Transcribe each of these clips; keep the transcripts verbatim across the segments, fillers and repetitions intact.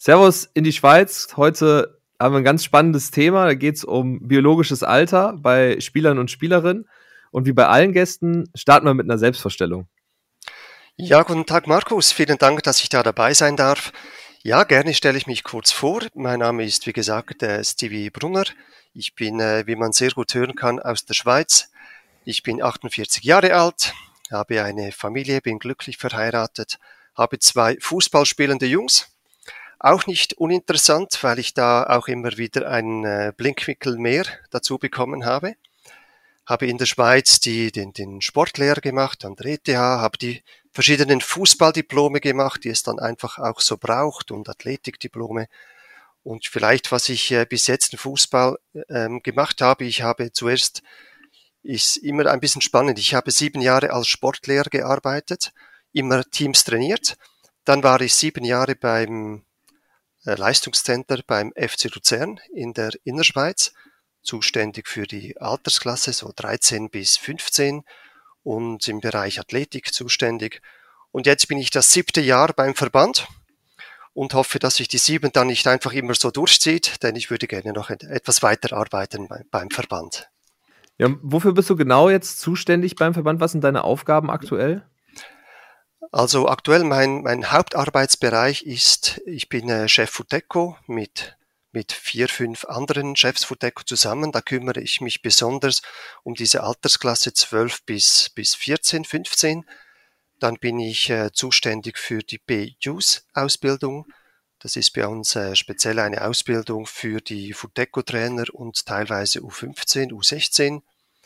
Servus in die Schweiz. Heute haben wir ein ganz spannendes Thema. Da geht es um biologisches Alter bei Spielern und Spielerinnen. Und wie bei allen Gästen starten wir mit einer Selbstvorstellung. Ja, guten Tag Markus, vielen Dank, dass ich da dabei sein darf. Ja, gerne stelle ich mich kurz vor. Mein Name ist, wie gesagt, äh, Stevie Brunner. Ich bin, äh, wie man sehr gut hören kann, aus der Schweiz. Ich bin achtundvierzig Jahre alt, habe eine Familie, bin glücklich verheiratet, habe zwei Fußballspielende Jungs. Auch nicht uninteressant, weil ich da auch immer wieder einen äh, Blickwinkel mehr dazu bekommen habe. Habe in der Schweiz die, den, den Sportlehrer gemacht an der E T H, habe die verschiedenen Fußballdiplome gemacht, die es dann einfach auch so braucht, und Athletikdiplome. Und vielleicht, was ich äh, bis jetzt im Fußball ähm, gemacht habe, ich habe zuerst, ist immer ein bisschen spannend, ich habe sieben Jahre als Sportlehrer gearbeitet, immer Teams trainiert. Dann war ich sieben Jahre beim äh, Leistungscenter beim F C Luzern in der Innerschweiz, zuständig für die Altersklasse, so dreizehn bis fünfzehn, und im Bereich Athletik zuständig. Und jetzt bin ich das siebte Jahr beim Verband und hoffe, dass sich die sieben dann nicht einfach immer so durchzieht, denn ich würde gerne noch etwas weiter arbeiten beim Verband. Ja, wofür bist du genau jetzt zuständig beim Verband? Was sind deine Aufgaben aktuell? Also aktuell mein, mein Hauptarbeitsbereich ist, ich bin äh, Chef Futeco mit mit vier, fünf anderen Chefs Futeco zusammen. Da kümmere ich mich besonders um diese Altersklasse zwölf bis, bis vierzehn, fünfzehn. Dann bin ich äh, zuständig für die B-Youth-Ausbildung. Das ist bei uns äh, speziell eine Ausbildung für die Futeco-Trainer und teilweise U fünfzehn, U sechzehn.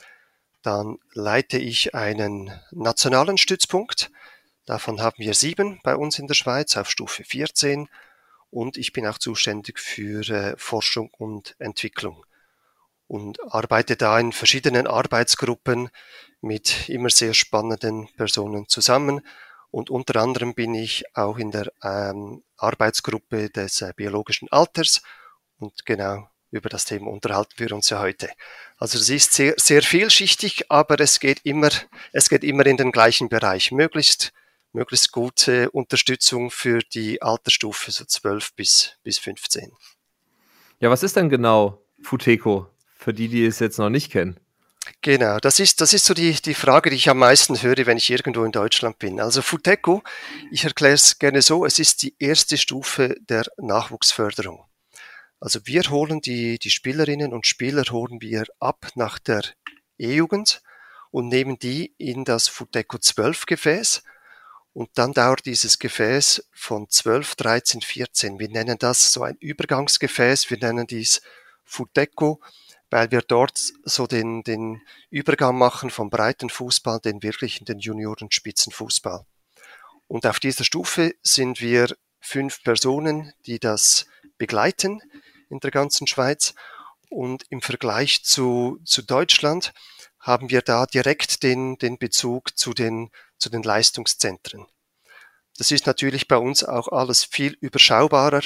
Dann leite ich einen nationalen Stützpunkt. Davon haben wir sieben bei uns in der Schweiz auf Stufe vierzehn. Und ich bin auch zuständig für äh, Forschung und Entwicklung und arbeite da in verschiedenen Arbeitsgruppen mit immer sehr spannenden Personen zusammen. Und unter anderem bin ich auch in der ähm, Arbeitsgruppe des äh, biologischen Alters, und genau über das Thema unterhalten wir uns ja heute. Also es ist sehr, sehr vielschichtig, aber es geht immer, es geht immer in den gleichen Bereich, möglichst möglichst gute Unterstützung für die Altersstufe, so zwölf bis, bis fünfzehn. Ja, was ist denn genau Futeco, für die, die es jetzt noch nicht kennen? Genau, das ist, das ist so die, die Frage, die ich am meisten höre, wenn ich irgendwo in Deutschland bin. Also Futeco, ich erkläre es gerne so, es ist die erste Stufe der Nachwuchsförderung. Also wir holen die, die Spielerinnen und Spieler holen wir ab nach der E-Jugend und nehmen die in das Futeco zwölf Gefäß. Und dann dauert dieses Gefäß von zwölf, dreizehn, vierzehn. Wir nennen das so ein Übergangsgefäß. Wir nennen dies Futeco, weil wir dort so den, den Übergang machen vom Breitenfußball, den wirklich in den Juniorenspitzenfußball. Und auf dieser Stufe sind wir fünf Personen, die das begleiten in der ganzen Schweiz. Und im Vergleich zu, zu Deutschland haben wir da direkt den, den Bezug zu den, zu den Leistungszentren. Das ist natürlich bei uns auch alles viel überschaubarer,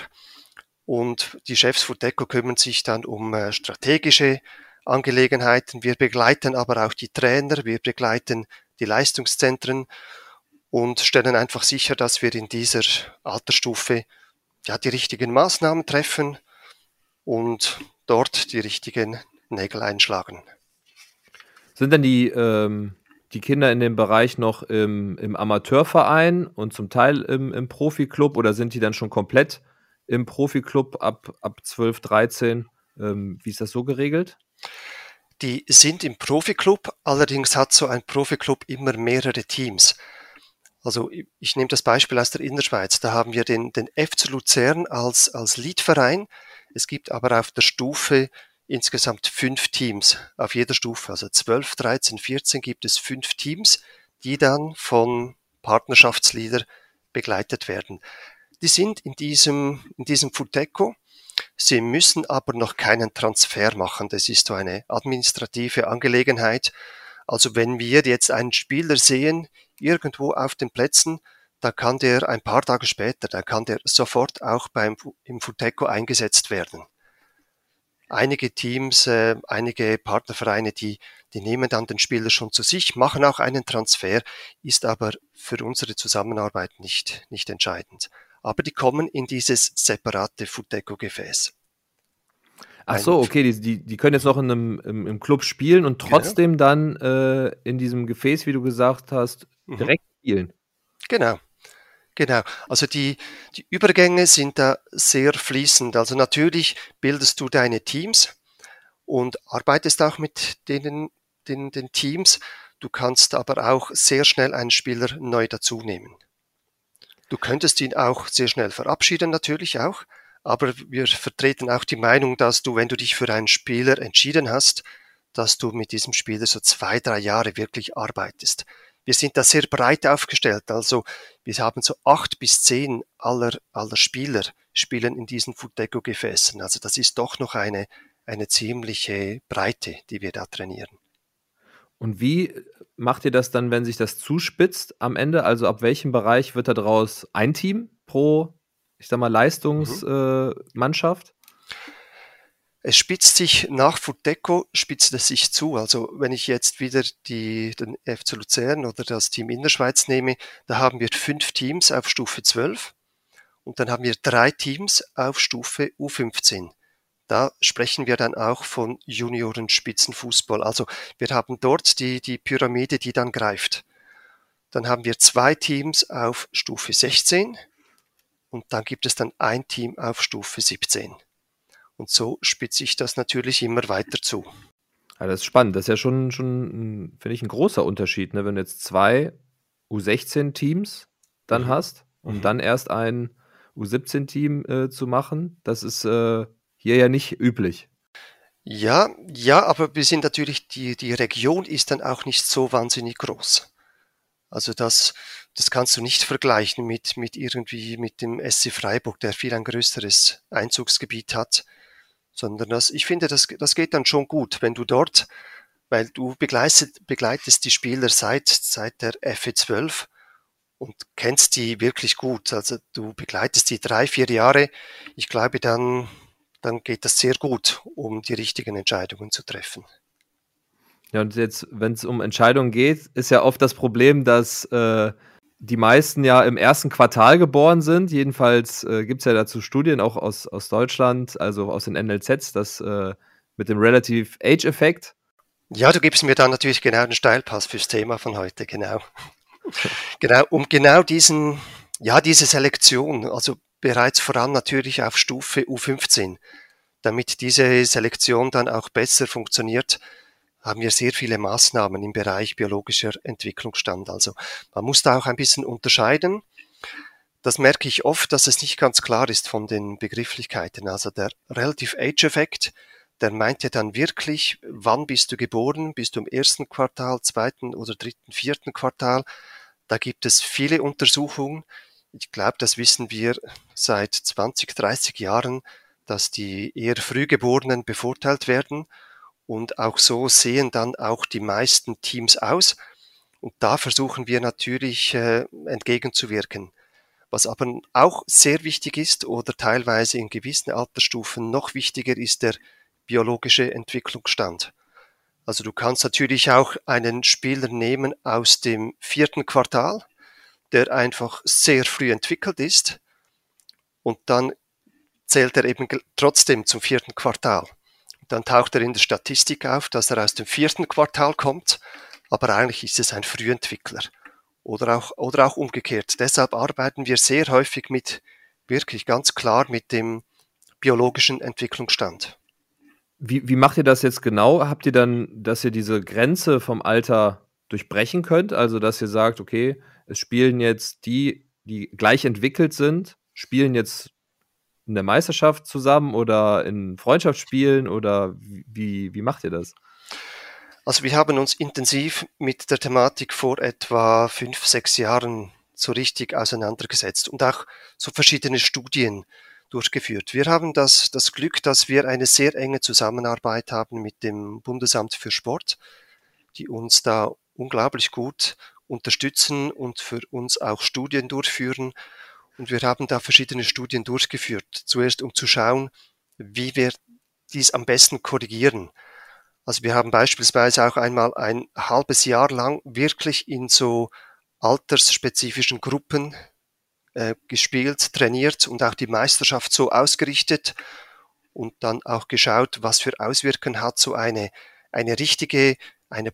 und die Chefs Futeco kümmern sich dann um äh, strategische Angelegenheiten. Wir begleiten aber auch die Trainer, wir begleiten die Leistungszentren und stellen einfach sicher, dass wir in dieser Altersstufe ja, die richtigen Maßnahmen treffen und dort die richtigen Nägel einschlagen. Sind denn die, ähm, die Kinder in dem Bereich noch im, im Amateurverein und zum Teil im, im Profiklub, oder sind die dann schon komplett im Profiklub ab, ab zwölf, dreizehn? Ähm, wie ist das so geregelt? Die sind im Profiklub, allerdings hat so ein Profiklub immer mehrere Teams. Also ich, ich nehme das Beispiel aus der Innerschweiz, da haben wir den, den F C Luzern als, als Leadverein. Es gibt aber auf der Stufe insgesamt fünf Teams, auf jeder Stufe, also zwölf, dreizehn, vierzehn gibt es fünf Teams, die dann von Partnerschaftsleader begleitet werden. Die sind in diesem, in diesem Futeco. Sie müssen aber noch keinen Transfer machen. Das ist so eine administrative Angelegenheit. Also wenn wir jetzt einen Spieler sehen, irgendwo auf den Plätzen, dann kann der ein paar Tage später, dann kann der sofort auch beim, im Futeco eingesetzt werden. Einige Teams, äh, einige Partnervereine, die, die nehmen dann den Spieler schon zu sich, machen auch einen Transfer, ist aber für unsere Zusammenarbeit nicht, nicht entscheidend. aber die kommen in dieses separate Futeco-Gefäß. Ach so, okay, die, die, die können jetzt noch in einem, im, im Club spielen und trotzdem genau. dann äh, in diesem Gefäß, wie du gesagt hast, direkt mhm. spielen. Genau, genau. Also die, die Übergänge sind da sehr fließend. Also natürlich bildest du deine Teams und arbeitest auch mit denen, den, den Teams. Du kannst aber auch sehr schnell einen Spieler neu dazu nehmen. Du könntest ihn auch sehr schnell verabschieden, natürlich auch. Aber wir vertreten auch die Meinung, dass du, wenn du dich für einen Spieler entschieden hast, dass du mit diesem Spieler so zwei, drei Jahre wirklich arbeitest. Wir sind da sehr breit aufgestellt. Also wir haben so acht bis zehn aller, aller Spieler spielen in diesen Futeco-Gefäßen. Also das ist doch noch eine, eine ziemliche Breite, die wir da trainieren. Und wie macht ihr das dann, wenn sich das zuspitzt am Ende? Also ab welchem Bereich wird daraus ein Team pro, ich sag mal, Leistungsmannschaft? Mhm. Äh, es spitzt sich nach Futeco, spitzt es sich zu. Also wenn ich jetzt wieder die, den F C Luzern oder das Team Innerschweiz nehme, da haben wir fünf Teams auf Stufe zwölf und dann haben wir drei Teams auf Stufe U fünfzehn. Da sprechen wir dann auch von Junioren-Spitzenfußball. Also wir haben dort die, die Pyramide, die dann greift. Dann haben wir zwei Teams auf Stufe sechzehn und dann gibt es dann ein Team auf Stufe siebzehn. Und so spitze ich das natürlich immer weiter zu. Ja, das ist spannend. Das ist ja schon, schon finde ich, ein großer Unterschied, ne? Wenn du jetzt zwei U sechzehn Teams dann mhm. hast, um mhm. dann erst ein U siebzehn Team äh, zu machen. Das ist äh, hier ja nicht üblich. Ja, ja, aber wir sind natürlich, die, die Region ist dann auch nicht so wahnsinnig groß. Also das, das kannst du nicht vergleichen mit, mit irgendwie mit dem S C Freiburg, der viel ein größeres Einzugsgebiet hat. Sondern das, ich finde, das, das geht dann schon gut, wenn du dort, weil du begleitest, begleitest die Spieler seit, seit der F E zwölf und kennst die wirklich gut. Also du begleitest die drei, vier Jahre. Ich glaube, dann, dann geht das sehr gut, um die richtigen Entscheidungen zu treffen. Ja, und jetzt, wenn es um Entscheidungen geht, ist ja oft das Problem, dass äh, die meisten ja im ersten Quartal geboren sind. Jedenfalls äh, gibt es ja dazu Studien, auch aus, aus Deutschland, also aus den N L Zs, das äh, mit dem Relative Age Effekt. Ja, du gibst mir dann natürlich genau den Steilpass fürs Thema von heute, genau. Genau, um genau diesen, ja, diese Selektion, also bereits voran natürlich auf Stufe U fünfzehn, damit diese Selektion dann auch besser funktioniert, haben wir sehr viele Maßnahmen im Bereich biologischer Entwicklungsstand. Also man muss da auch ein bisschen unterscheiden. Das merke ich oft, dass es nicht ganz klar ist von den Begrifflichkeiten. Also der Relative Age Effekt, der meint ja dann wirklich, wann bist du geboren? Bist du im ersten Quartal, zweiten oder dritten, vierten Quartal? Da gibt es viele Untersuchungen. Ich glaube, das wissen wir seit zwanzig, dreißig Jahren, dass die eher Frühgeborenen bevorteilt werden. Und auch so sehen dann auch die meisten Teams aus. Und da versuchen wir natürlich äh, entgegenzuwirken. Was aber auch sehr wichtig ist oder teilweise in gewissen Altersstufen noch wichtiger ist der biologische Entwicklungsstand. Also du kannst natürlich auch einen Spieler nehmen aus dem vierten Quartal, der einfach sehr früh entwickelt ist und dann zählt er eben trotzdem zum vierten Quartal. Dann taucht er in der Statistik auf, dass er aus dem vierten Quartal kommt, aber eigentlich ist es ein Frühentwickler. Oder auch, oder auch umgekehrt. Deshalb arbeiten wir sehr häufig mit, wirklich ganz klar mit dem biologischen Entwicklungsstand. Wie, wie macht ihr das jetzt genau? Habt ihr dann, dass ihr diese Grenze vom Alter durchbrechen könnt? Also, dass ihr sagt, okay, es spielen jetzt die, die gleich entwickelt sind, spielen jetzt in der Meisterschaft zusammen oder in Freundschaftsspielen oder wie, wie macht ihr das? Also wir haben uns intensiv mit der Thematik vor etwa fünf, sechs Jahren so richtig auseinandergesetzt und auch so verschiedene Studien durchgeführt. Wir haben das, das Glück, dass wir eine sehr enge Zusammenarbeit haben mit dem Bundesamt für Sport, die uns da unglaublich gut unterstützen und für uns auch Studien durchführen. Und wir haben da verschiedene Studien durchgeführt, zuerst um zu schauen, wie wir dies am besten korrigieren. Also wir haben beispielsweise auch einmal ein halbes Jahr lang wirklich in so altersspezifischen Gruppen äh, gespielt, trainiert und auch die Meisterschaft so ausgerichtet und dann auch geschaut, was für Auswirkungen hat so eine, eine richtige, eine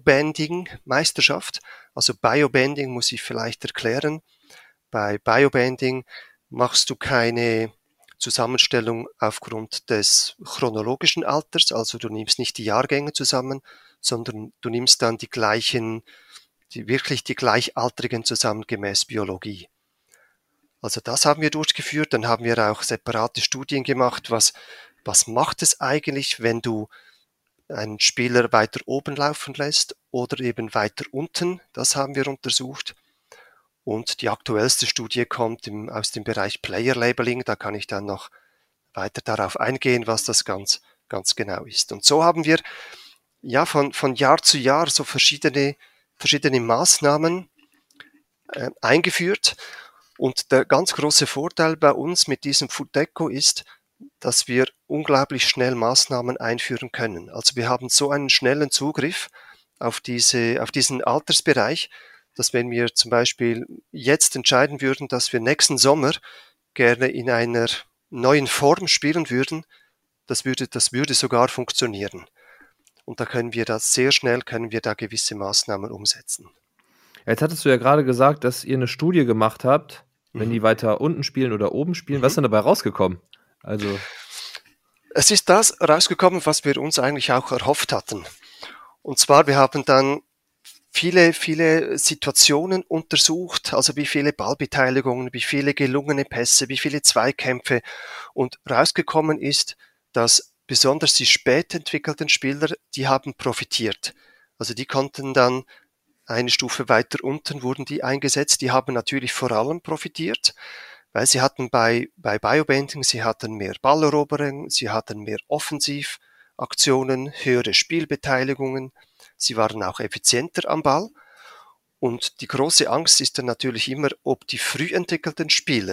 Biobanding-Meisterschaft. Also Biobanding muss ich vielleicht erklären. Bei Biobanding machst du keine Zusammenstellung aufgrund des chronologischen Alters, also du nimmst nicht die Jahrgänge zusammen, sondern du nimmst dann die gleichen, die wirklich die Gleichaltrigen zusammen gemäß Biologie. Also das haben wir durchgeführt, dann haben wir auch separate Studien gemacht, was, was macht es eigentlich, wenn du einen Spieler weiter oben laufen lässt oder eben weiter unten, das haben wir untersucht. Und die aktuellste Studie kommt im, aus dem Bereich Player Labeling, da kann ich dann noch weiter darauf eingehen, was das ganz, ganz genau ist. Und so haben wir ja von, von Jahr zu Jahr so verschiedene, verschiedene Maßnahmen äh, eingeführt. Und der ganz große Vorteil bei uns mit diesem Futeco ist, dass wir unglaublich schnell Maßnahmen einführen können. Also wir haben so einen schnellen Zugriff auf, diese, auf diesen Altersbereich, dass wenn wir zum Beispiel jetzt entscheiden würden, dass wir nächsten Sommer gerne in einer neuen Form spielen würden, das würde, das würde sogar funktionieren. Und da können wir das sehr schnell, können wir da gewisse Maßnahmen umsetzen. Jetzt hattest du ja gerade gesagt, dass ihr eine Studie gemacht habt, wenn mhm. die weiter unten spielen oder oben spielen. Mhm. Was ist denn dabei rausgekommen? Also es ist das rausgekommen, was wir uns eigentlich auch erhofft hatten. Und zwar, wir haben dann viele, viele Situationen untersucht, also wie viele Ballbeteiligungen, wie viele gelungene Pässe, wie viele Zweikämpfe. Und rausgekommen ist, dass besonders die spät entwickelten Spieler, die haben profitiert. Also die konnten dann eine Stufe weiter unten, wurden die eingesetzt. Die haben natürlich vor allem profitiert, weil sie hatten bei, bei Biobanding, sie hatten mehr Balleroberung, sie hatten mehr Offensivaktionen, höhere Spielbeteiligungen. Sie waren auch effizienter am Ball. Und die große Angst ist dann natürlich immer, ob die früh entwickelten Spieler,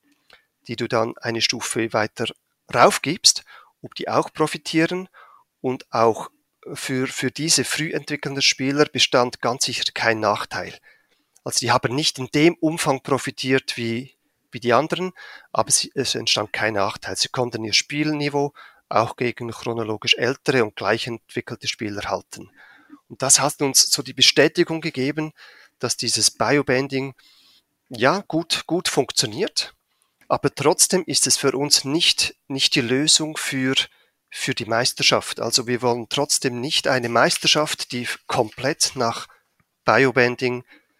die du dann eine Stufe weiter raufgibst, ob die auch profitieren. Und auch für, für diese früh entwickelnden Spieler bestand ganz sicher kein Nachteil. Also die haben nicht in dem Umfang profitiert wie, wie die anderen, aber sie, es entstand kein Nachteil. Sie konnten ihr Spielniveau auch gegen chronologisch ältere und gleich entwickelte Spieler halten. Und das hat uns so die Bestätigung gegeben, dass dieses Biobanding ja gut, gut funktioniert, aber trotzdem ist es für uns nicht, nicht die Lösung für, für die Meisterschaft. Also wir wollen trotzdem nicht eine Meisterschaft, die komplett nach Biobanding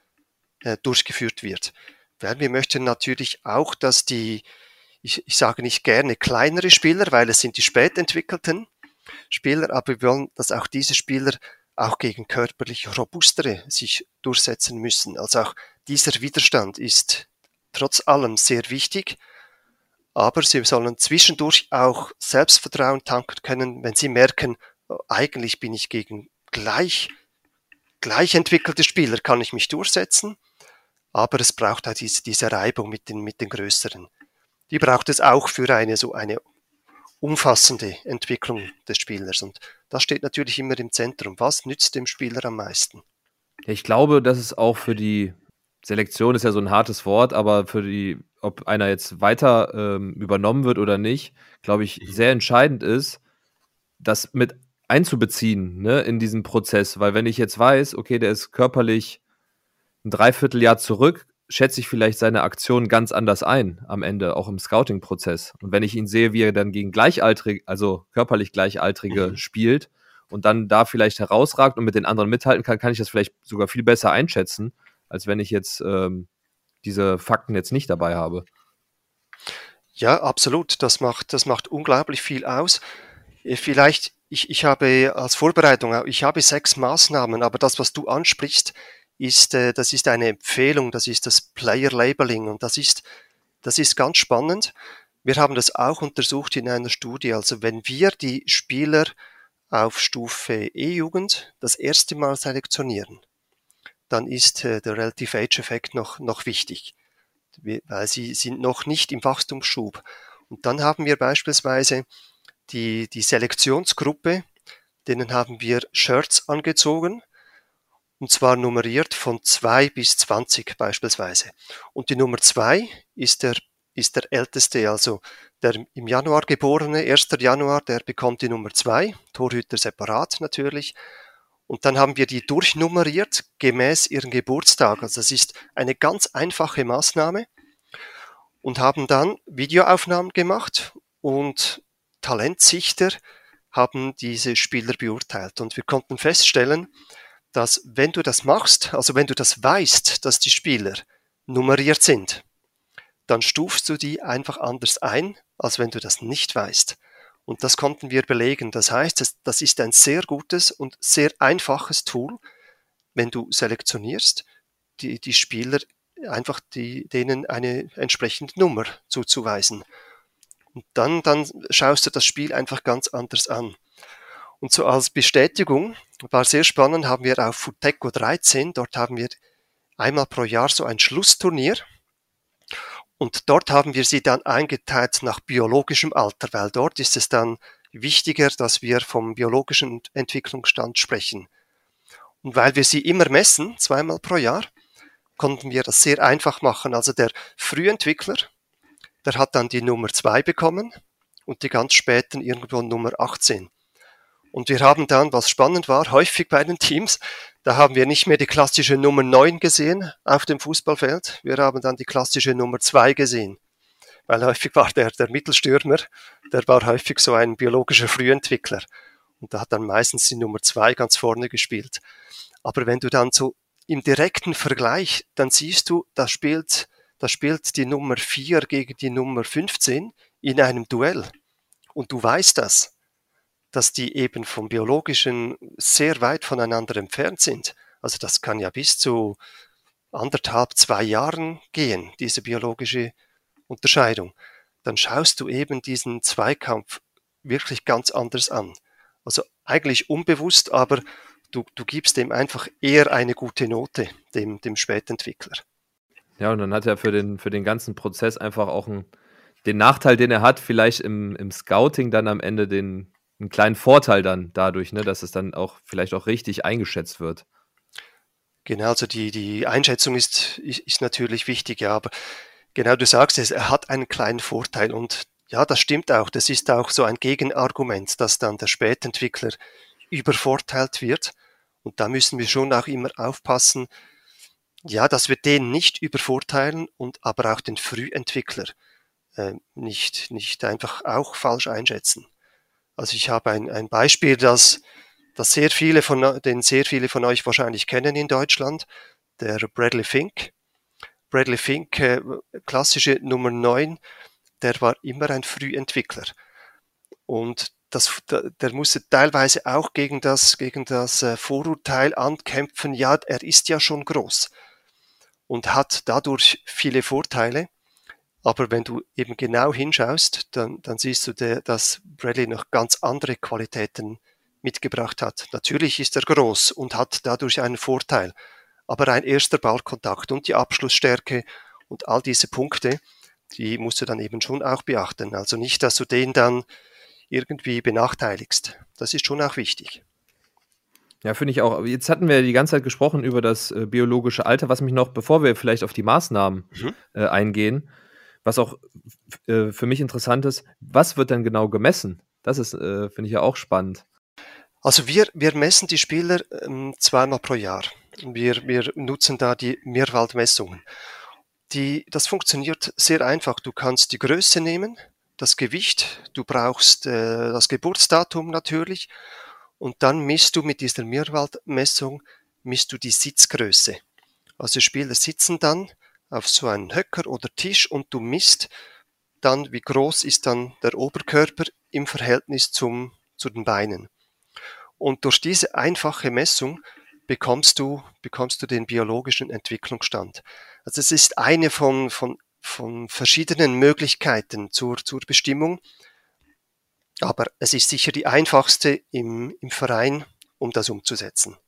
äh, durchgeführt wird. Weil wir möchten natürlich auch, dass die, ich, ich sage nicht gerne kleinere Spieler, weil es sind die spät entwickelten Spieler, aber wir wollen, dass auch diese Spieler auch gegen körperlich robustere sich durchsetzen müssen. Also auch dieser Widerstand ist trotz allem sehr wichtig, aber sie sollen zwischendurch auch Selbstvertrauen tanken können, wenn sie merken, eigentlich bin ich gegen gleich, gleich entwickelte Spieler, kann ich mich durchsetzen, aber es braucht halt diese, diese Reibung mit den, mit den Größeren. Die braucht es auch für eine so eine umfassende Entwicklung des Spielers. Und das steht natürlich immer im Zentrum. Was nützt dem Spieler am meisten? Ich glaube, dass es auch für die Selektion, ist ja so ein hartes Wort, aber für die, ob einer jetzt weiter ähm, übernommen wird oder nicht, glaube ich, sehr entscheidend ist, das mit einzubeziehen, ne, in diesen Prozess. Weil wenn ich jetzt weiß, okay, der ist körperlich ein Dreivierteljahr zurück, schätze ich vielleicht seine Aktion ganz anders ein am Ende, auch im Scouting-Prozess. Und wenn ich ihn sehe, wie er dann gegen Gleichaltrige, also körperlich Gleichaltrige mhm. spielt und dann da vielleicht herausragt und mit den anderen mithalten kann, kann ich das vielleicht sogar viel besser einschätzen, als wenn ich jetzt ähm, diese Fakten jetzt nicht dabei habe. Ja, absolut. Das macht, das macht unglaublich viel aus. Vielleicht, ich, ich habe als Vorbereitung, ich habe sechs Maßnahmen, aber das, was du ansprichst, ist, äh, das ist eine Empfehlung, das ist das Player Labeling und das ist, das ist ganz spannend. Wir haben das auch untersucht in einer Studie. Also wenn wir die Spieler auf Stufe E-Jugend das erste Mal selektionieren, dann ist äh, der Relative Age Effekt noch, noch wichtig, weil sie sind noch nicht im Wachstumsschub. Und dann haben wir beispielsweise die, die Selektionsgruppe, denen haben wir Shirts angezogen und zwar nummeriert von zwei bis zwanzig beispielsweise. Und die Nummer zwei ist der, ist der älteste, also der im Januar geborene, erster Januar, der bekommt die Nummer zwei, Torhüter separat natürlich. Und dann haben wir die durchnummeriert gemäß ihrem Geburtstag. Also das ist eine ganz einfache Maßnahme und haben dann Videoaufnahmen gemacht und Talentsichter haben diese Spieler beurteilt. Und wir konnten feststellen, dass wenn du das machst, also wenn du das weißt, dass die Spieler nummeriert sind, dann stufst du die einfach anders ein, als wenn du das nicht weißt. Und das konnten wir belegen. Das heißt, das ist ein sehr gutes und sehr einfaches Tool, wenn du selektionierst, die, die Spieler einfach die, denen eine entsprechende Nummer zuzuweisen. Und dann, dann schaust du das Spiel einfach ganz anders an. Und so als Bestätigung, war sehr spannend, haben wir auf Futteco dreizehn, dort haben wir einmal pro Jahr so ein Schlussturnier. Und dort haben wir sie dann eingeteilt nach biologischem Alter, weil dort ist es dann wichtiger, dass wir vom biologischen Entwicklungsstand sprechen. Und weil wir sie immer messen, zweimal pro Jahr, konnten wir das sehr einfach machen. Also der Frühentwickler, der hat dann die Nummer zwei bekommen und die ganz späten irgendwo Nummer achtzehn. Und wir haben dann, was spannend war, häufig bei den Teams, da haben wir nicht mehr die klassische Nummer neun gesehen auf dem Fußballfeld, wir haben dann die klassische Nummer zwei gesehen. Weil häufig war der, der Mittelstürmer, der war häufig so ein biologischer Frühentwickler. Und da hat dann meistens die Nummer zwei ganz vorne gespielt. Aber wenn du dann so im direkten Vergleich, dann siehst du, da spielt, da spielt die Nummer vier gegen die Nummer fünfzehn in einem Duell. Und du weißt das, dass die eben vom Biologischen sehr weit voneinander entfernt sind. Also das kann ja bis zu anderthalb, zwei Jahren gehen, diese biologische Unterscheidung. Dann schaust du eben diesen Zweikampf wirklich ganz anders an. Also eigentlich unbewusst, aber du, du gibst dem einfach eher eine gute Note, dem, dem Spätentwickler. Ja, und dann hat er für den, für den ganzen Prozess einfach auch einen, den Nachteil, den er hat, vielleicht im, im Scouting dann am Ende den einen kleinen Vorteil dann dadurch, ne, dass es dann auch vielleicht auch richtig eingeschätzt wird. Genau, also die, die Einschätzung ist, ist, ist natürlich wichtig, ja, aber genau, du sagst es, er hat einen kleinen Vorteil und ja, das stimmt auch, das ist auch so ein Gegenargument, dass dann der Spätentwickler übervorteilt wird und da müssen wir schon auch immer aufpassen, ja, dass wir den nicht übervorteilen und aber auch den Frühentwickler äh, nicht, nicht einfach auch falsch einschätzen. Also ich habe ein, ein Beispiel, das, das sehr viele von, den sehr viele von euch wahrscheinlich kennen in Deutschland, der Bradley Fink. Bradley Fink, äh, klassische Nummer neun, der war immer ein Frühentwickler. Und das, der musste teilweise auch gegen das, gegen das Vorurteil ankämpfen, ja, er ist ja schon groß und hat dadurch viele Vorteile. Aber wenn du eben genau hinschaust, dann, dann siehst du, der, dass Bradley noch ganz andere Qualitäten mitgebracht hat. Natürlich ist er groß und hat dadurch einen Vorteil, aber ein erster Ballkontakt und die Abschlussstärke und all diese Punkte, die musst du dann eben schon auch beachten. Also nicht, dass du den dann irgendwie benachteiligst. Das ist schon auch wichtig. Ja, finde ich auch. Jetzt hatten wir die ganze Zeit gesprochen über das äh, biologische Alter, was mich noch, bevor wir vielleicht auf die Maßnahmen mhm. äh, eingehen, was auch äh, für mich interessant ist, was wird denn genau gemessen? Das ist, äh, finde ich ja auch spannend. Also wir, wir messen die Spieler ähm, zweimal pro Jahr. Wir, wir nutzen da die Mirwald-Messungen. Die, das funktioniert sehr einfach. Du kannst die Größe nehmen, das Gewicht, du brauchst äh, das Geburtsdatum natürlich und dann misst du mit dieser Mirwald-Messung misst du die Sitzgröße. Also Spieler sitzen dann auf so einen Höcker oder Tisch und du misst dann, wie groß ist dann der Oberkörper im Verhältnis zum, zu den Beinen. Und durch diese einfache Messung bekommst du, bekommst du den biologischen Entwicklungsstand. Also es ist eine von, von, von verschiedenen Möglichkeiten zur, zur Bestimmung, aber es ist sicher die einfachste im, im Verein, um das umzusetzen.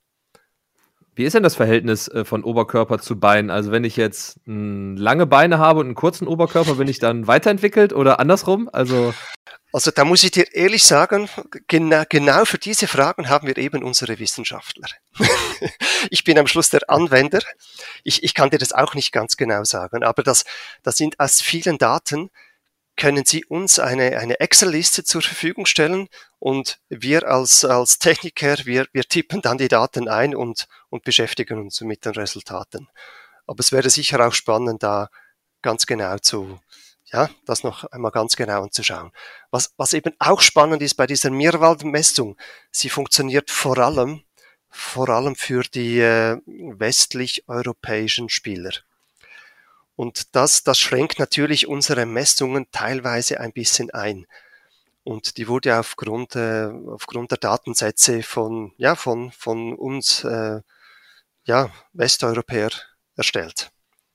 Wie ist denn das Verhältnis äh, von Oberkörper zu Beinen? Also wenn ich jetzt mh, lange Beine habe und einen kurzen Oberkörper, bin ich dann weiterentwickelt oder andersrum? Also Also da muss ich dir ehrlich sagen, genau, genau für diese Fragen haben wir eben unsere Wissenschaftler. Ich bin am Schluss der Anwender. Ich, ich kann dir das auch nicht ganz genau sagen, aber das, das sind aus vielen Daten, können Sie uns eine, eine Excel-Liste zur Verfügung stellen und wir als, als Techniker, wir, wir tippen dann die Daten ein und, und beschäftigen uns mit den Resultaten. Aber es wäre sicher auch spannend, da ganz genau zu, ja, das noch einmal ganz genau anzuschauen. Was, was eben auch spannend ist bei dieser Mirwald-Messung, sie funktioniert vor allem, vor allem für die äh, westlich-europäischen Spieler. Und das, das schränkt natürlich unsere Messungen teilweise ein bisschen ein. Und die wurde aufgrund, äh, aufgrund der Datensätze von, ja, von, von uns, äh, ja, Westeuropäer erstellt.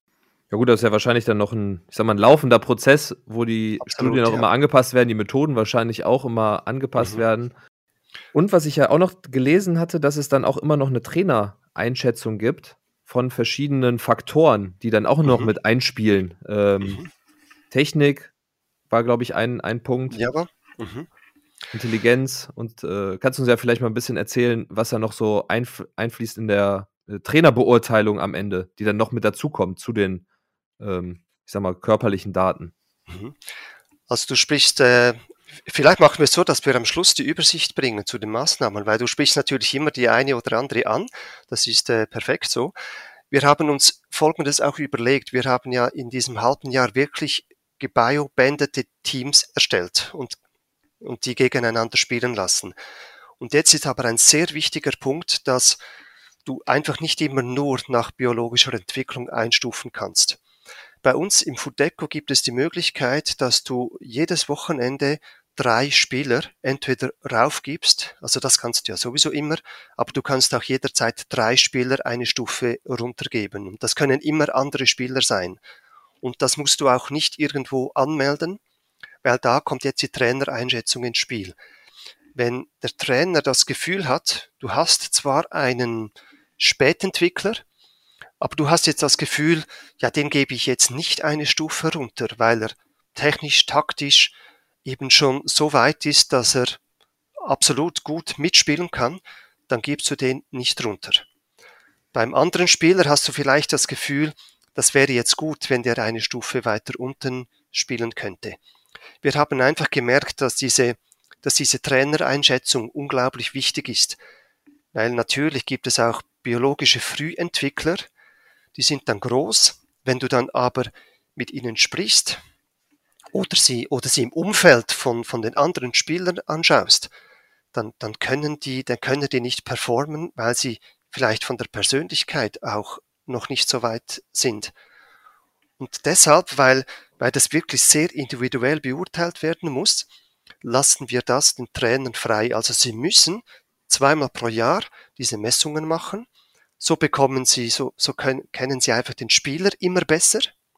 Ja gut, das ist ja wahrscheinlich dann noch ein, ich sag mal, ein laufender Prozess, wo die Absolut, Studien auch ja. immer angepasst werden, die Methoden wahrscheinlich auch immer angepasst Mhm. werden. Und was ich ja auch noch gelesen hatte, dass es dann auch immer noch eine Trainereinschätzung gibt von verschiedenen Faktoren, die dann auch noch Mhm. mit einspielen. Ähm, Mhm. Technik war, glaube ich, ein, ein Punkt. Ja, aber, mhm. Intelligenz. Und äh, kannst du uns ja vielleicht mal ein bisschen erzählen, was da noch so einf einfließt in der äh, Trainerbeurteilung am Ende, die dann noch mit dazukommt zu den, ähm, ich sag mal, körperlichen Daten. Mhm. Also du sprichst, äh, vielleicht machen wir es so, dass wir am Schluss die Übersicht bringen zu den Maßnahmen, weil du sprichst natürlich immer die eine oder andere an. Das ist äh, perfekt so. Wir haben uns Folgendes auch überlegt. Wir haben ja in diesem halben Jahr wirklich gebiobandete Teams erstellt und, und die gegeneinander spielen lassen. Und jetzt ist aber ein sehr wichtiger Punkt, dass du einfach nicht immer nur nach biologischer Entwicklung einstufen kannst. Bei uns im Fudeco gibt es die Möglichkeit, dass du jedes Wochenende drei Spieler entweder raufgibst, also das kannst du ja sowieso immer, aber du kannst auch jederzeit drei Spieler eine Stufe runtergeben. Und das können immer andere Spieler sein. Und das musst du auch nicht irgendwo anmelden, weil da kommt jetzt die Trainereinschätzung ins Spiel. Wenn der Trainer das Gefühl hat, du hast zwar einen Spätentwickler, aber du hast jetzt das Gefühl, ja, dem gebe ich jetzt nicht eine Stufe runter, weil er technisch, taktisch eben schon so weit ist, dass er absolut gut mitspielen kann, dann gibst du den nicht runter. Beim anderen Spieler hast du vielleicht das Gefühl, das wäre jetzt gut, wenn der eine Stufe weiter unten spielen könnte. Wir haben einfach gemerkt, dass diese, dass diese Trainereinschätzung unglaublich wichtig ist, weil natürlich gibt es auch biologische Frühentwickler, die sind dann groß. Wenn du dann aber mit ihnen sprichst oder sie, oder sie im Umfeld von, von den anderen Spielern anschaust, dann, dann können die, dann können die nicht performen, weil sie vielleicht von der Persönlichkeit auch noch nicht so weit sind. Und deshalb, weil, weil das wirklich sehr individuell beurteilt werden muss, lassen wir das den Trainern frei. Also sie müssen zweimal pro Jahr diese Messungen machen. So bekommen sie, so, so können, kennen sie einfach den Spieler immer besser.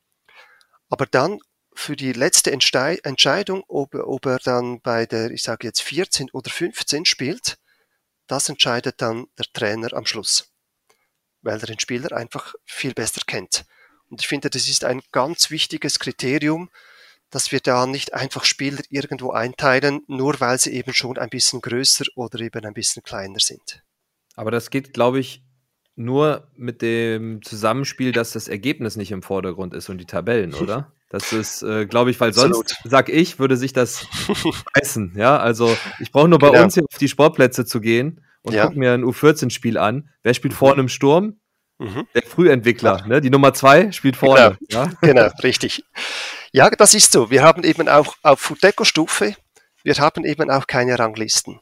Aber dann für die letzte Entstei- Entscheidung, ob, ob er dann bei der, ich sage jetzt vierzehn oder fünfzehn spielt, das entscheidet dann der Trainer am Schluss, weil er den Spieler einfach viel besser kennt. Und ich finde, das ist ein ganz wichtiges Kriterium, dass wir da nicht einfach Spieler irgendwo einteilen, nur weil sie eben schon ein bisschen größer oder eben ein bisschen kleiner sind. Aber das geht, glaube ich, nur mit dem Zusammenspiel, dass das Ergebnis nicht im Vordergrund ist und die Tabellen, oder? Das ist, äh, glaube ich, weil Absolut. sonst, sag ich, würde sich das beißen, ja? Also, ich brauche nur bei Genau. uns hier auf die Sportplätze zu gehen und Ja. gucke mir ein U vierzehn Spiel an. Wer spielt vorne im Sturm? Mhm. Der Frühentwickler, ne? Die Nummer zwei spielt vorne, Genau, ja? genau, richtig. Ja, das ist so. Wir haben eben auch auf Futeco-Stufe, wir haben eben auch keine Ranglisten.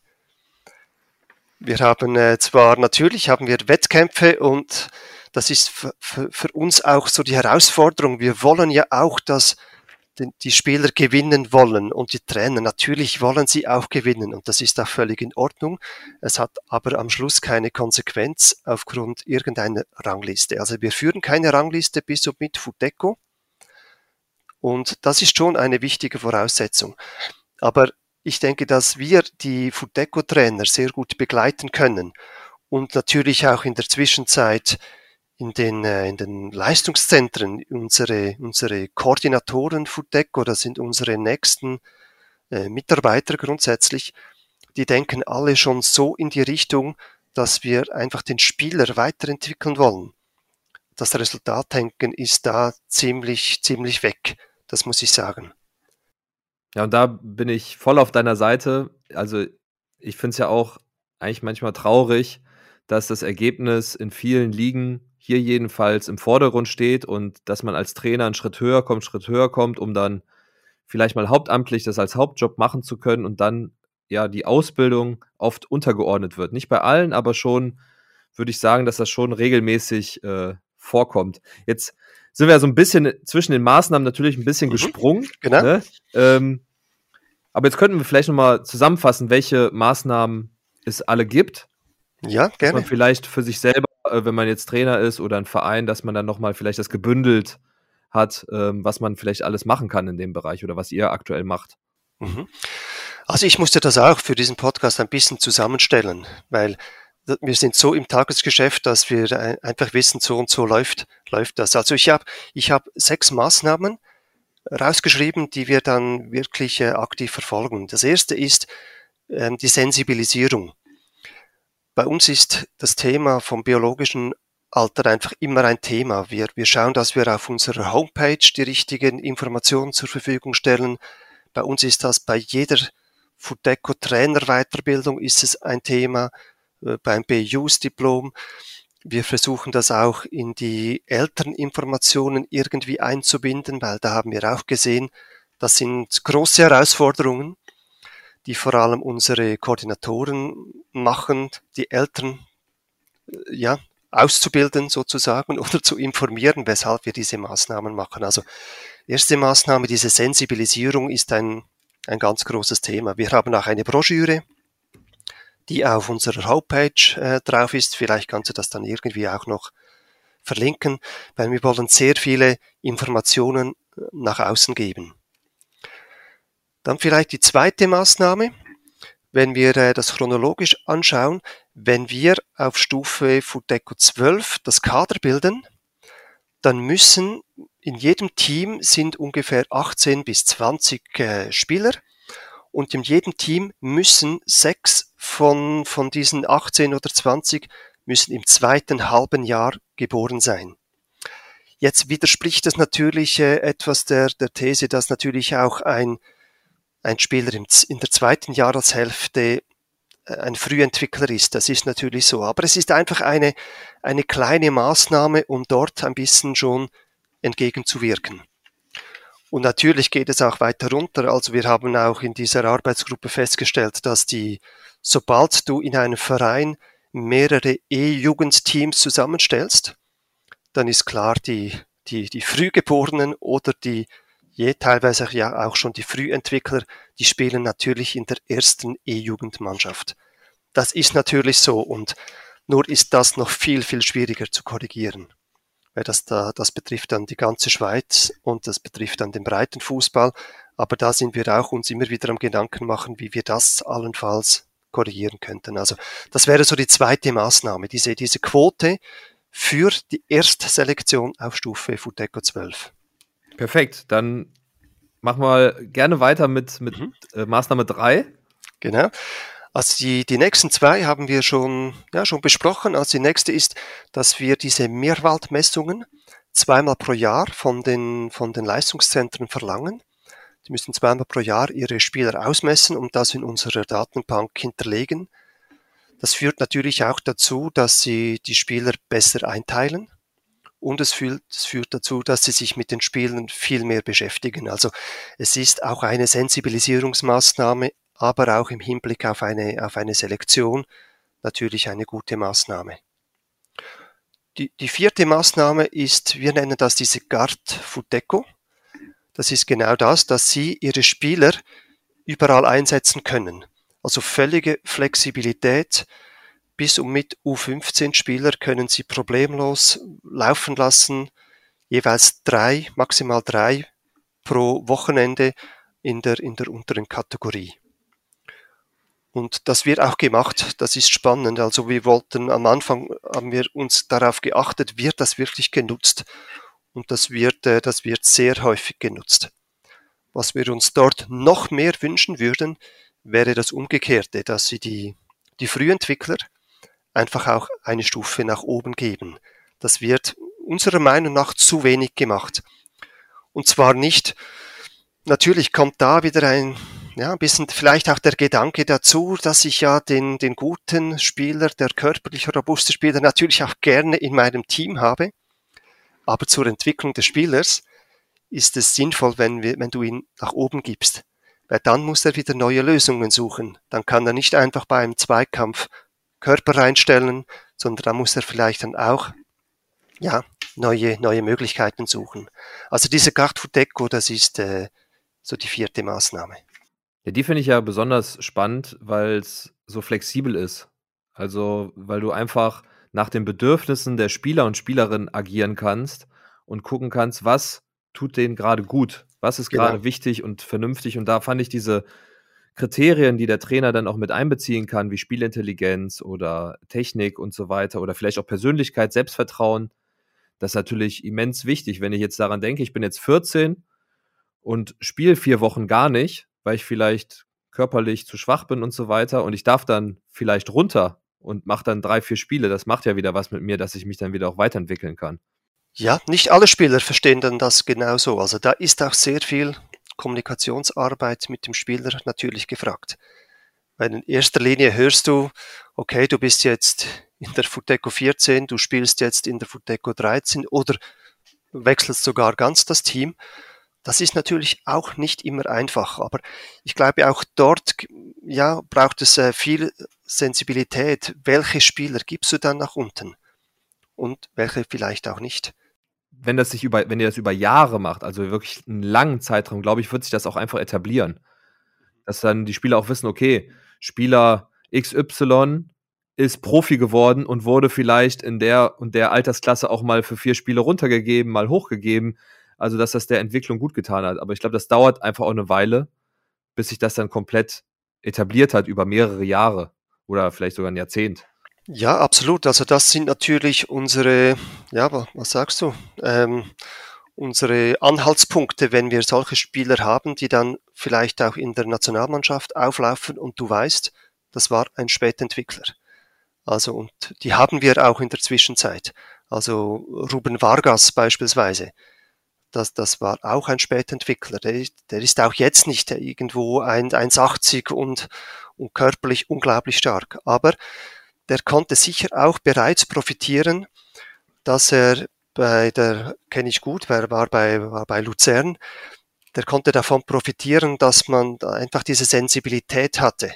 Wir haben äh, zwar, natürlich haben wir Wettkämpfe und das ist für, für, für uns auch so die Herausforderung. Wir wollen ja auch, dass die, die Spieler gewinnen wollen und die Trainer, natürlich wollen sie auch gewinnen und das ist auch völlig in Ordnung. Es hat aber am Schluss keine Konsequenz aufgrund irgendeiner Rangliste. Also wir führen keine Rangliste bis und mit Futeco und das ist schon eine wichtige Voraussetzung. Aber ich denke, dass wir die Futeco-Trainer sehr gut begleiten können und natürlich auch in der Zwischenzeit in den, äh, in den Leistungszentren unsere, unsere Koordinatoren Futeco, das sind unsere nächsten äh, Mitarbeiter grundsätzlich, die denken alle schon so in die Richtung, dass wir einfach den Spieler weiterentwickeln wollen. Das Resultatdenken ist da ziemlich, ziemlich weg, das muss ich sagen. Ja, und da bin ich voll auf deiner Seite. Also, ich finde es ja auch eigentlich manchmal traurig, dass das Ergebnis in vielen Ligen hier jedenfalls im Vordergrund steht und dass man als Trainer einen Schritt höher kommt, Schritt höher kommt, um dann vielleicht mal hauptamtlich das als Hauptjob machen zu können und dann ja die Ausbildung oft untergeordnet wird. Nicht bei allen, aber schon würde ich sagen, dass das schon regelmäßig äh, vorkommt. Jetzt sind wir ja so ein bisschen zwischen den Maßnahmen natürlich ein bisschen Mhm, gesprungen. genau. Ne? Ähm, aber jetzt könnten wir vielleicht nochmal zusammenfassen, welche Maßnahmen es alle gibt. Ja, Dass man gerne. vielleicht für sich selber, äh, wenn man jetzt Trainer ist oder ein Verein, dass man dann nochmal vielleicht das gebündelt hat, ähm, was man vielleicht alles machen kann in dem Bereich oder was ihr aktuell macht. Mhm. Also ich musste das auch für diesen Podcast ein bisschen zusammenstellen, weil wir sind so im Tagesgeschäft, dass wir ein- einfach wissen, so und so läuft, läuft das. Also ich habe ich hab sechs Maßnahmen rausgeschrieben, die wir dann wirklich äh, aktiv verfolgen. Das erste ist ähm, die Sensibilisierung. Bei uns ist das Thema vom biologischen Alter einfach immer ein Thema. Wir, wir schauen, dass wir auf unserer Homepage die richtigen Informationen zur Verfügung stellen. Bei uns ist das bei jeder Futeco Trainerweiterbildung ist es ein Thema, äh, beim B U S-Diplom. Wir versuchen das auch in die Elterninformationen irgendwie einzubinden, weil da haben wir auch gesehen, das sind große Herausforderungen, die vor allem unsere Koordinatoren machen, die Eltern äh, ja, auszubilden sozusagen oder zu informieren, weshalb wir diese Maßnahmen machen. Also erste Maßnahme, diese Sensibilisierung ist ein, ein ganz großes Thema. Wir haben auch eine Broschüre, die auf unserer Homepage äh, drauf ist. Vielleicht kannst du das dann irgendwie auch noch verlinken, weil wir wollen sehr viele Informationen nach außen geben. Dann vielleicht die zweite Maßnahme, wenn wir äh, das chronologisch anschauen, wenn wir auf Stufe Futeco zwölf das Kader bilden, dann müssen in jedem Team sind ungefähr achtzehn bis zwanzig äh, Spieler und in jedem Team müssen sechs von, von diesen achtzehn oder zwanzig müssen im zweiten halben Jahr geboren sein. Jetzt widerspricht es natürlich äh, etwas der, der These, dass natürlich auch ein, ein Spieler im, in der zweiten Jahreshälfte äh, ein Frühentwickler ist. Das ist natürlich so. Aber es ist einfach eine, eine kleine Maßnahme, um dort ein bisschen schon entgegenzuwirken. Und natürlich geht es auch weiter runter. Also wir haben auch in dieser Arbeitsgruppe festgestellt, dass die, sobald du in einem Verein mehrere E-Jugendteams zusammenstellst, dann ist klar, die, die, die Frühgeborenen oder die je teilweise ja auch schon die Frühentwickler, die spielen natürlich in der ersten E-Jugendmannschaft. Das ist natürlich so und nur ist das noch viel, viel schwieriger zu korrigieren. Weil das, da, das betrifft dann die ganze Schweiz und das betrifft dann den Breitenfußball. Aber da sind wir auch uns immer wieder am Gedanken machen, wie wir das allenfalls korrigieren könnten. Also das wäre so die zweite Maßnahme, diese, diese Quote für die Erstselektion auf Stufe Futeco zwölf. Perfekt, dann machen wir gerne weiter mit, mit mhm. äh, Maßnahme drei. Genau. Also die, die nächsten zwei haben wir schon, ja, schon besprochen. Also die nächste ist, dass wir diese Mehrwaldmessungen zweimal pro Jahr von den, von den Leistungszentren verlangen. Die müssen zweimal pro Jahr ihre Spieler ausmessen und das in unserer Datenbank hinterlegen. Das führt natürlich auch dazu, dass sie die Spieler besser einteilen. Und es führt, es führt dazu, dass sie sich mit den Spielern viel mehr beschäftigen. Also es ist auch eine Sensibilisierungsmaßnahme, aber auch im Hinblick auf eine, auf eine Selektion natürlich eine gute Maßnahme. Die, die vierte Maßnahme ist, wir nennen das diese Guard Futeco. Das ist genau das, dass sie ihre Spieler überall einsetzen können. Also völlige Flexibilität. Bis und mit U fünfzehn Spieler können sie problemlos laufen lassen, jeweils drei, maximal drei pro Wochenende in der, in der unteren Kategorie. Und das wird auch gemacht, das ist spannend. Also wir wollten, am Anfang haben wir uns darauf geachtet, wird das wirklich genutzt? Und das wird, das wird sehr häufig genutzt. Was wir uns dort noch mehr wünschen würden, wäre das Umgekehrte, dass sie die, die Frühentwickler einfach auch eine Stufe nach oben geben. Das wird unserer Meinung nach zu wenig gemacht. Und zwar nicht, natürlich kommt da wieder ein, ja, ein bisschen vielleicht auch der Gedanke dazu, dass ich ja den, den guten Spieler, der körperlich robuste Spieler natürlich auch gerne in meinem Team habe. Aber zur Entwicklung des Spielers ist es sinnvoll, wenn, wir, wenn du ihn nach oben gibst. Weil dann muss er wieder neue Lösungen suchen. Dann kann er nicht einfach bei einem Zweikampf Körper reinstellen, sondern da muss er vielleicht dann auch ja, neue, neue Möglichkeiten suchen. Also diese Carte Futeco, das ist äh, so die vierte Maßnahme. Ja, die finde ich ja besonders spannend, weil es so flexibel ist. Also, weil du einfach nach den Bedürfnissen der Spieler und Spielerinnen agieren kannst und gucken kannst, was tut denen gerade gut, was ist Genau. gerade wichtig und vernünftig. Und da fand ich diese Kriterien, die der Trainer dann auch mit einbeziehen kann, wie Spielintelligenz oder Technik und so weiter oder vielleicht auch Persönlichkeit, Selbstvertrauen, das ist natürlich immens wichtig. Wenn ich jetzt daran denke, ich bin jetzt vierzehn und spiele vier Wochen gar nicht, weil ich vielleicht körperlich zu schwach bin und so weiter und ich darf dann vielleicht runter und mache dann drei, vier Spiele, das macht ja wieder was mit mir, dass ich mich dann wieder auch weiterentwickeln kann. Ja, nicht alle Spieler verstehen dann das genauso. Also da ist auch sehr viel Kommunikationsarbeit mit dem Spieler natürlich gefragt. Weil in erster Linie hörst du, okay, du bist jetzt in der Futeco vierzehn, du spielst jetzt in der Futeco dreizehn oder wechselst sogar ganz das Team. Das ist natürlich auch nicht immer einfach, aber ich glaube auch dort ja, braucht es äh, viel Sensibilität. Welche Spieler gibst du dann nach unten und welche vielleicht auch nicht? Wenn das sich über, wenn ihr das über Jahre macht, also wirklich einen langen Zeitraum, glaube ich, wird sich das auch einfach etablieren. Dass dann die Spieler auch wissen, okay, Spieler X Y ist Profi geworden und wurde vielleicht in der und der Altersklasse auch mal für vier Spiele runtergegeben, mal hochgegeben. Also, dass das der Entwicklung gut getan hat. Aber ich glaube, das dauert einfach auch eine Weile, bis sich das dann komplett etabliert hat über mehrere Jahre oder vielleicht sogar ein Jahrzehnt. Ja, absolut. Also das sind natürlich unsere, ja, wa- was sagst du, ähm, unsere Anhaltspunkte, wenn wir solche Spieler haben, die dann vielleicht auch in der Nationalmannschaft auflaufen und du weißt, das war ein Spätentwickler. Also und die haben wir auch in der Zwischenzeit. Also Ruben Vargas beispielsweise. Das, das war auch ein Spätentwickler. Der, ist- der ist auch jetzt nicht irgendwo ein eins achtzig und, und körperlich unglaublich stark. Aber der konnte sicher auch bereits profitieren, dass er bei der, kenne ich gut, er war bei, war bei Luzern, der konnte davon profitieren, dass man da einfach diese Sensibilität hatte.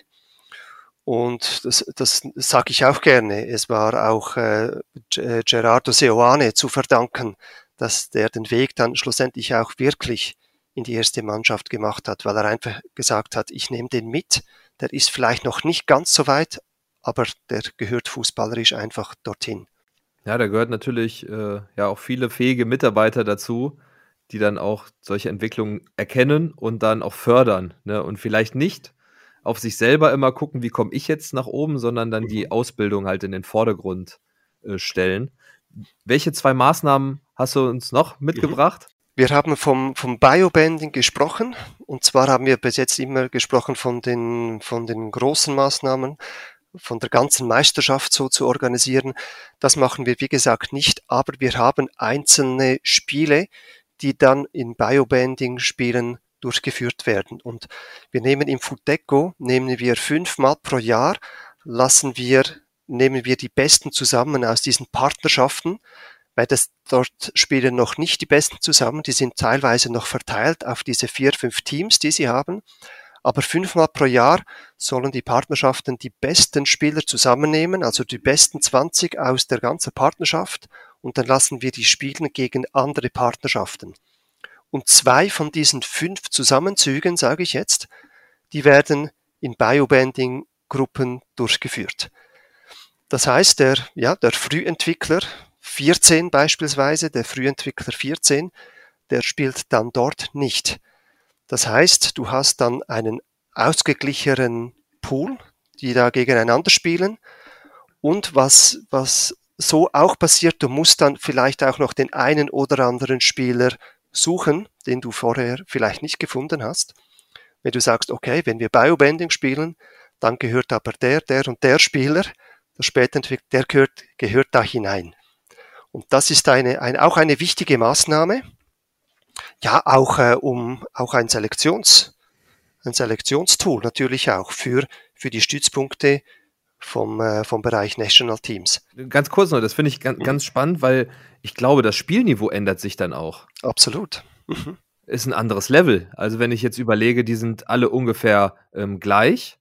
Und das, das sage ich auch gerne. Es war auch äh, G- Gerardo Seoane zu verdanken, dass der den Weg dann schlussendlich auch wirklich in die erste Mannschaft gemacht hat, weil er einfach gesagt hat, ich nehme den mit, der ist vielleicht noch nicht ganz so weit, aber der gehört fußballerisch einfach dorthin. Ja, da gehört natürlich äh, ja auch viele fähige Mitarbeiter dazu, die dann auch solche Entwicklungen erkennen und dann auch fördern, ne? Und vielleicht nicht auf sich selber immer gucken, wie komme ich jetzt nach oben, sondern dann die Ausbildung halt in den Vordergrund äh, stellen. Welche zwei Maßnahmen hast du uns noch mitgebracht? Wir haben vom, vom Biobanding gesprochen, und zwar haben wir bis jetzt immer gesprochen von den, von den großen Maßnahmen, von der ganzen Meisterschaft so zu organisieren. Das machen wir, wie gesagt, nicht, aber wir haben einzelne Spiele, die dann in Biobanding-Spielen durchgeführt werden. Und wir nehmen im Futeco, nehmen wir fünfmal pro Jahr, lassen wir, nehmen wir die Besten zusammen aus diesen Partnerschaften, weil das dort spielen noch nicht die Besten zusammen, die sind teilweise noch verteilt auf diese vier, fünf Teams, die sie haben. Aber fünfmal pro Jahr sollen die Partnerschaften die besten Spieler zusammennehmen, also die besten zwanzig aus der ganzen Partnerschaft, und dann lassen wir die spielen gegen andere Partnerschaften. Und zwei von diesen fünf Zusammenzügen, sage ich jetzt, die werden in Biobanding-Gruppen durchgeführt. Das heißt, der, ja, der Frühentwickler vierzehn beispielsweise, der Frühentwickler vierzehn, der spielt dann dort nicht. Das heißt, du hast dann einen ausgeglichenen Pool, die da gegeneinander spielen. Und was, was so auch passiert, du musst dann vielleicht auch noch den einen oder anderen Spieler suchen, den du vorher vielleicht nicht gefunden hast. Wenn du sagst, okay, wenn wir Biobanding spielen, dann gehört aber der, der und der Spieler, der spätentwickelt, der gehört, gehört da hinein. Und das ist eine, eine, auch eine wichtige Maßnahme, ja, auch äh, um auch ein Selektions, ein Selektionstool natürlich auch für, für die Stützpunkte vom, äh, vom Bereich National Teams. Ganz kurz noch, das finde ich ganz, Mhm. ganz spannend, weil ich glaube, das Spielniveau ändert sich dann auch. Absolut. Mhm. Ist ein anderes Level. Also wenn ich jetzt überlege, die sind alle ungefähr ähm, gleich,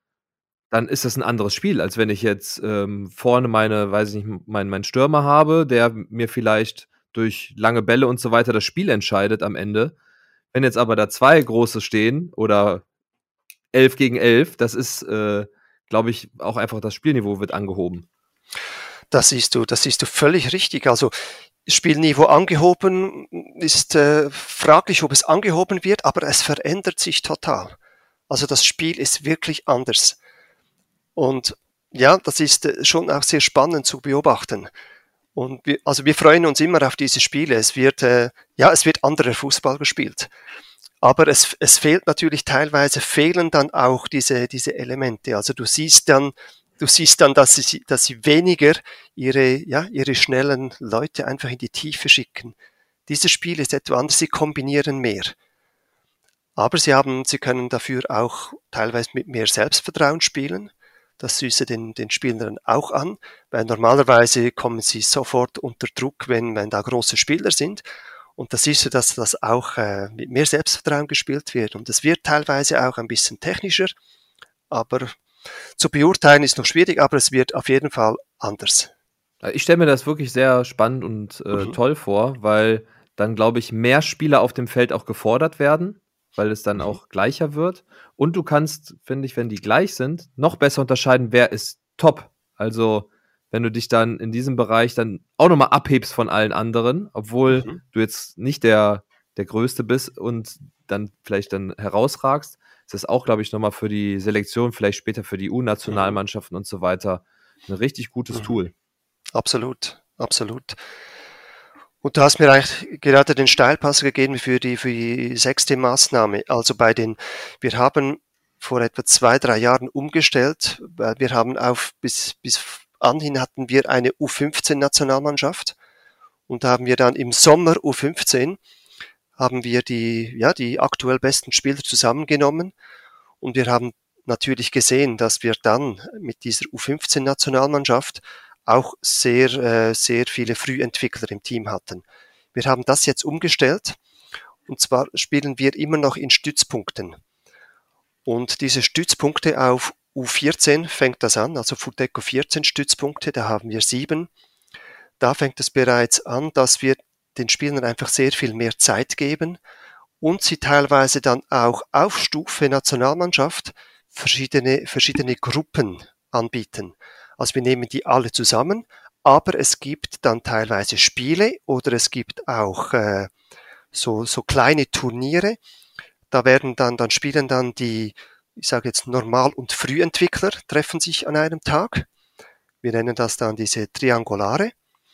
dann ist das ein anderes Spiel, als wenn ich jetzt ähm, vorne meine, weiß ich nicht, meinen mein Stürmer habe, der mir vielleicht durch lange Bälle und so weiter das Spiel entscheidet am Ende. Wenn jetzt aber da zwei große stehen oder elf gegen elf, das ist, äh, glaube ich, auch einfach das Spielniveau wird angehoben. Das siehst du, das siehst du völlig richtig. Also Spielniveau angehoben ist äh, fraglich, ob es angehoben wird, aber es verändert sich total. Also das Spiel ist wirklich anders. Und ja, das ist äh, schon auch sehr spannend zu beobachten. Und wir, also wir freuen uns immer auf diese Spiele. Es wird, äh, ja, es wird anderer Fußball gespielt. Aber es, es fehlt natürlich teilweise, fehlen dann auch diese, diese Elemente. Also du siehst dann, du siehst dann, dass sie, dass sie weniger ihre, ja, ihre schnellen Leute einfach in die Tiefe schicken. Dieses Spiel ist etwas anders, sie kombinieren mehr. Aber sie haben, sie können dafür auch teilweise mit mehr Selbstvertrauen spielen. Das süße den, den Spielern auch an, weil normalerweise kommen sie sofort unter Druck, wenn, wenn da große Spieler sind. Und das ist so, dass das auch äh, mit mehr Selbstvertrauen gespielt wird. Und es wird teilweise auch ein bisschen technischer, aber zu beurteilen ist noch schwierig, aber es wird auf jeden Fall anders. Ich stelle mir das wirklich sehr spannend und äh, Mhm. toll vor, weil dann, glaube ich, mehr Spieler auf dem Feld auch gefordert werden, weil es dann Mhm. auch gleicher wird. Und du kannst, finde ich, wenn die gleich sind, noch besser unterscheiden, wer ist top. Also, wenn du dich dann in diesem Bereich dann auch nochmal abhebst von allen anderen, obwohl Mhm. du jetzt nicht der, der Größte bist und dann vielleicht dann herausragst, ist das auch, glaube ich, nochmal für die Selektion, vielleicht später für die U-Nationalmannschaften und so weiter, ein richtig gutes Mhm. Tool. Absolut, absolut. Und du hast mir eigentlich gerade den Steilpass gegeben für die, für die sechste Maßnahme. Also bei den, wir haben vor etwa zwei, drei Jahren umgestellt, weil wir haben auf, bis, bis anhin hatten wir eine U fünfzehn Nationalmannschaft und da haben wir dann im Sommer U fünfzehn haben wir die, ja, die aktuell besten Spieler zusammengenommen und wir haben natürlich gesehen, dass wir dann mit dieser U fünfzehn Nationalmannschaft auch sehr, äh, sehr viele Frühentwickler im Team hatten. Wir haben das jetzt umgestellt und zwar spielen wir immer noch in Stützpunkten. Und diese Stützpunkte auf U vierzehn fängt das an, also Futeco vierzehn Stützpunkte, da haben wir sieben. Da fängt es bereits an, dass wir den Spielern einfach sehr viel mehr Zeit geben und sie teilweise dann auch auf Stufe Nationalmannschaft verschiedene, verschiedene Gruppen anbieten. Also wir nehmen die alle zusammen, aber es gibt dann teilweise Spiele oder es gibt auch äh, so, so kleine Turniere. Da werden dann, dann spielen dann die, ich sage jetzt Normal- und Frühentwickler treffen sich an einem Tag. Wir nennen das dann diese Triangolare.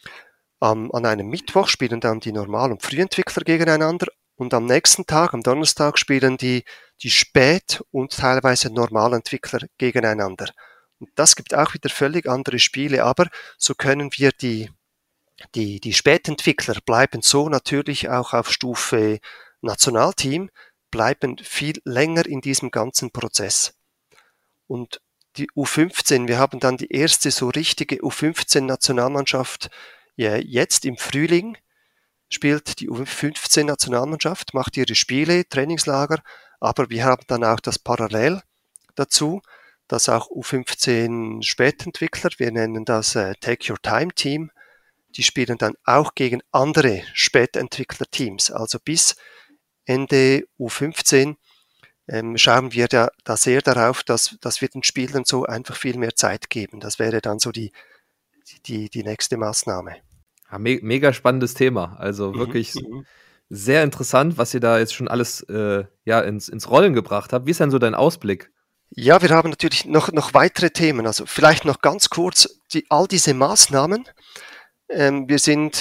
Um, an einem Mittwoch spielen dann die Normal- und Frühentwickler gegeneinander und am nächsten Tag, am Donnerstag, spielen die, die Spät- und teilweise Normalentwickler gegeneinander. Und das gibt auch wieder völlig andere Spiele, aber so können wir die, die, die Spätentwickler bleiben so natürlich auch auf Stufe Nationalteam, bleiben viel länger in diesem ganzen Prozess. Und die U fünfzehn, wir haben dann die erste so richtige U fünfzehn Nationalmannschaft ja, jetzt im Frühling spielt die U fünfzehn Nationalmannschaft, macht ihre Spiele, Trainingslager, aber wir haben dann auch das Parallel dazu, dass auch U fünfzehn Spätentwickler, wir nennen das äh, Take Your Time Team, die spielen dann auch gegen andere Spätentwickler-Teams. Also bis Ende U fünfzehn ähm, schauen wir da, da sehr darauf, dass, dass wir den Spielern so einfach viel mehr Zeit geben. Das wäre dann so die, die, die nächste Maßnahme. Ja, me mega spannendes Thema. Also Mhm, wirklich mhm. sehr interessant, was ihr da jetzt schon alles äh, ja, ins, ins Rollen gebracht habt. Wie ist denn so dein Ausblick? Ja, wir haben natürlich noch, noch weitere Themen. Also vielleicht noch ganz kurz, die, all diese Maßnahmen. Ähm, wir sind,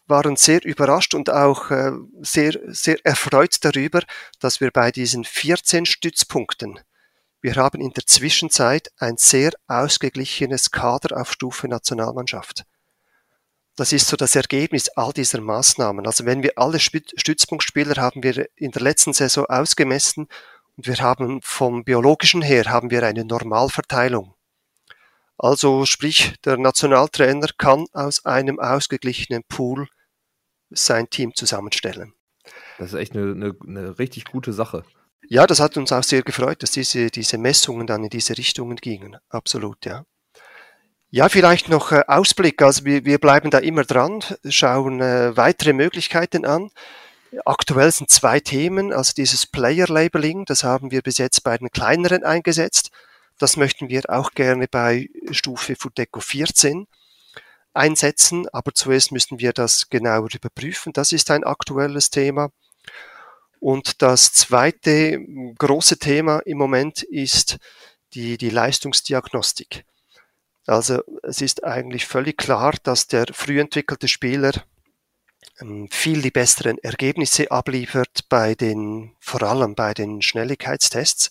waren sehr überrascht und auch äh, sehr, sehr erfreut darüber, dass wir bei diesen vierzehn Stützpunkten, wir haben in der Zwischenzeit ein sehr ausgeglichenes Kader auf Stufe Nationalmannschaft. Das ist so das Ergebnis all dieser Maßnahmen. Also wenn wir alle Stützpunktspieler haben wir in der letzten Saison ausgemessen und wir haben vom biologischen her haben wir eine Normalverteilung. Also sprich, der Nationaltrainer kann aus einem ausgeglichenen Pool sein Team zusammenstellen. Das ist echt eine, eine, eine richtig gute Sache. Ja, das hat uns auch sehr gefreut, dass diese, diese Messungen dann in diese Richtungen gingen. Absolut, ja. Ja, vielleicht noch äh, Ausblick. Also wir, wir bleiben da immer dran, schauen äh, weitere Möglichkeiten an. Aktuell sind zwei Themen, also dieses Player-Labeling, das haben wir bis jetzt bei den kleineren eingesetzt. Das möchten wir auch gerne bei Stufe Futeco vierzehn einsetzen, aber zuerst müssen wir das genauer überprüfen. Das ist ein aktuelles Thema. Und das zweite große Thema im Moment ist die, die Leistungsdiagnostik. Also es ist eigentlich völlig klar, dass der früh entwickelte Spieler ähm, viel die besseren Ergebnisse abliefert bei den, vor allem bei den Schnelligkeitstests.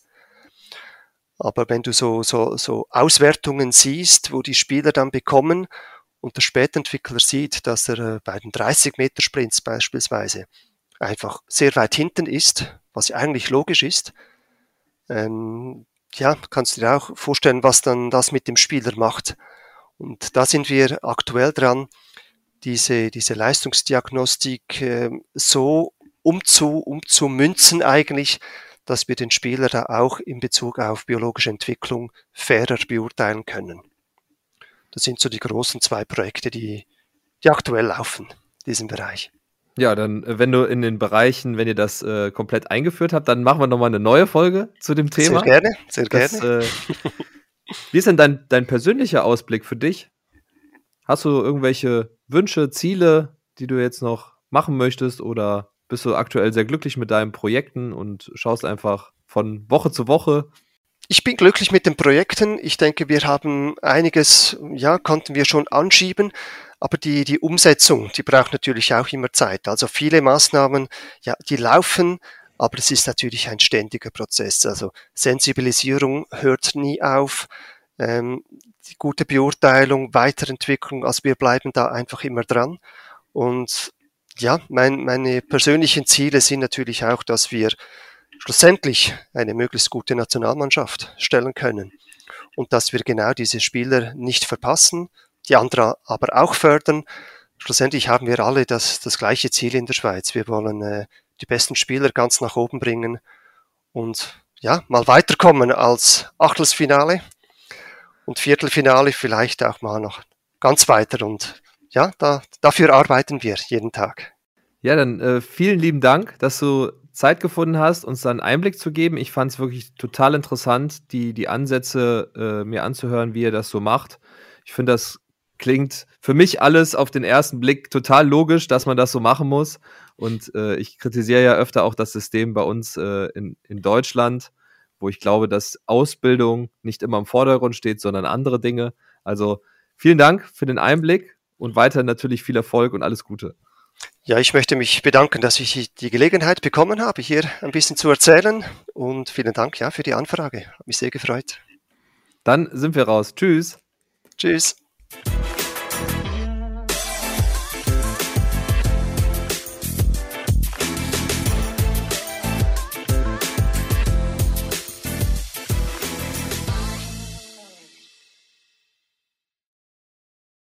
Aber wenn du so, so, so Auswertungen siehst, wo die Spieler dann bekommen und der Spätentwickler sieht, dass er äh, bei den dreißig Meter Sprints beispielsweise einfach sehr weit hinten ist, was ja eigentlich logisch ist, ähm, ja, kannst du dir auch vorstellen, was dann das mit dem Spieler macht. Und da sind wir aktuell dran, diese, diese Leistungsdiagnostik äh, so umzu, umzumünzen eigentlich, dass wir den Spieler da auch in Bezug auf biologische Entwicklung fairer beurteilen können. Das sind so die großen zwei Projekte, die, die aktuell laufen in diesem Bereich. Ja, dann, wenn du in den Bereichen, wenn ihr das äh, komplett eingeführt habt, dann machen wir nochmal eine neue Folge zu dem Thema. Sehr gerne, sehr das, gerne. Äh, wie ist denn dein, dein persönlicher Ausblick für dich? Hast du irgendwelche Wünsche, Ziele, die du jetzt noch machen möchtest, oder bist du aktuell sehr glücklich mit deinen Projekten und schaust einfach von Woche zu Woche? Ich bin glücklich mit den Projekten. Ich denke, wir haben einiges, ja, konnten wir schon anschieben. Aber die, die Umsetzung, die braucht natürlich auch immer Zeit. Also viele Maßnahmen, ja, die laufen, aber es ist natürlich ein ständiger Prozess. Also Sensibilisierung hört nie auf, ähm, die gute Beurteilung, Weiterentwicklung, also wir bleiben da einfach immer dran. Und ja, mein, meine persönlichen Ziele sind natürlich auch, dass wir schlussendlich eine möglichst gute Nationalmannschaft stellen können und dass wir genau diese Spieler nicht verpassen, die anderen aber auch fördern. Schlussendlich haben wir alle das, das gleiche Ziel in der Schweiz. Wir wollen äh, die besten Spieler ganz nach oben bringen und ja, mal weiterkommen als Achtelfinale und Viertelfinale, vielleicht auch mal noch ganz weiter. Und ja, da, dafür arbeiten wir jeden Tag. Ja, dann äh, vielen lieben Dank, dass du Zeit gefunden hast, uns da einen Einblick zu geben. Ich fand es wirklich total interessant, die, die Ansätze äh, mir anzuhören, wie ihr das so macht. Ich finde, das klingt für mich alles auf den ersten Blick total logisch, dass man das so machen muss. Und äh, ich kritisiere ja öfter auch das System bei uns äh, in, in Deutschland, wo ich glaube, dass Ausbildung nicht immer im Vordergrund steht, sondern andere Dinge. Also vielen Dank für den Einblick und weiter natürlich viel Erfolg und alles Gute. Ja, ich möchte mich bedanken, dass ich die Gelegenheit bekommen habe, hier ein bisschen zu erzählen. Und vielen Dank ja, für die Anfrage. Hat mich sehr gefreut. Dann sind wir raus. Tschüss. Tschüss.